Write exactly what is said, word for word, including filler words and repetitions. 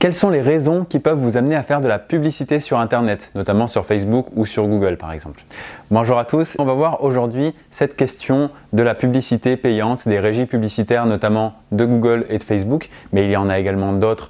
Quelles sont les raisons qui peuvent vous amener à faire de la publicité sur Internet, notamment sur Facebook ou sur Google par exemple? Bonjour à tous, on va voir aujourd'hui cette question de la publicité payante, des régies publicitaires notamment de Google et de Facebook, mais il y en a également d'autres